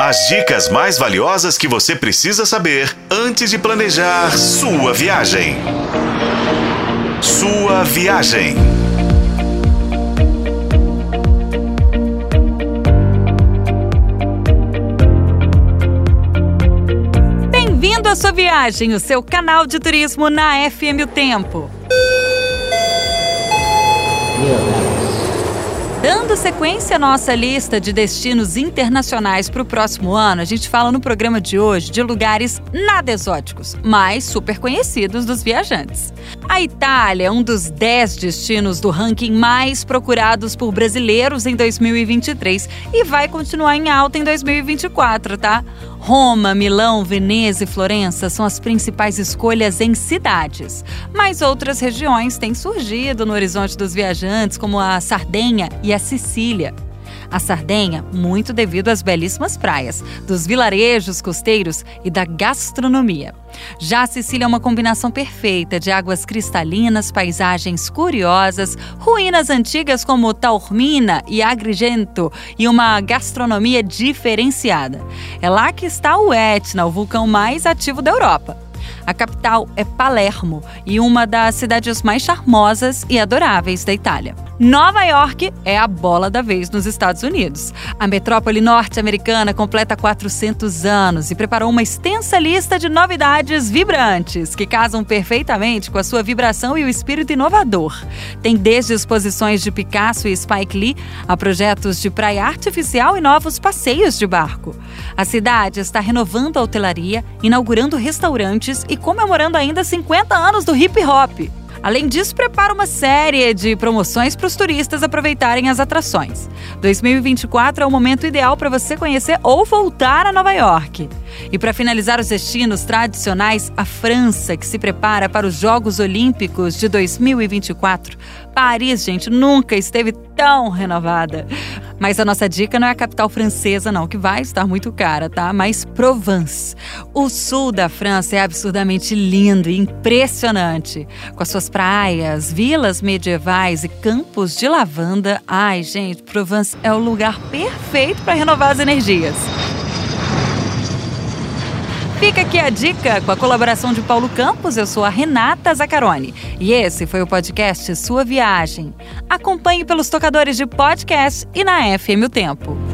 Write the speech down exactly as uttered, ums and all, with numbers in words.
As dicas mais valiosas que você precisa saber antes de planejar sua viagem. Sua viagem. Bem-vindo à Sua Viagem, o seu canal de turismo na F M O Tempo. Dando sequência à nossa lista de destinos internacionais para o próximo ano, a gente fala no programa de hoje de lugares nada exóticos, mas super conhecidos dos viajantes. A Itália é um dos dez destinos do ranking mais procurados por brasileiros em dois mil e vinte e três e vai continuar em alta em dois mil e vinte e quatro, tá? Roma, Milão, Veneza e Florença são as principais escolhas em cidades. Mas outras regiões têm surgido no horizonte dos viajantes, como a Sardenha e a Sicília. A Sardenha, muito devido às belíssimas praias, dos vilarejos costeiros e da gastronomia. Já a Sicília é uma combinação perfeita de águas cristalinas, paisagens curiosas, ruínas antigas como Taormina e Agrigento e uma gastronomia diferenciada. É lá que está o Etna, o vulcão mais ativo da Europa. A capital é Palermo e uma das cidades mais charmosas e adoráveis da Itália. Nova York é a bola da vez nos Estados Unidos. A metrópole norte-americana completa quatrocentos anos e preparou uma extensa lista de novidades vibrantes que casam perfeitamente com a sua vibração e o espírito inovador. Tem desde exposições de Picasso e Spike Lee a projetos de praia artificial e novos passeios de barco. A cidade está renovando a hotelaria, inaugurando restaurantes e comemorando ainda cinquenta anos do hip hop. Além disso, prepara uma série de promoções para os turistas aproveitarem as atrações. dois mil e vinte e quatro é o momento ideal para você conhecer ou voltar a Nova York. E para finalizar os destinos tradicionais, a França, que se prepara para os Jogos Olímpicos de dois mil e vinte e quatro. Paris, gente, nunca esteve tão renovada. Mas a nossa dica não é a capital francesa, não, que vai estar muito cara, tá? Mas Provence. O sul da França é absurdamente lindo e impressionante. Com as suas praias, vilas medievais e campos de lavanda. Ai, gente, Provence é o lugar perfeito para renovar as energias. Fica aqui a dica com a colaboração de Paulo Campos. Eu sou a Renata Zaccaroni e esse foi o podcast Sua Viagem. Acompanhe pelos tocadores de podcast e na F M O Tempo.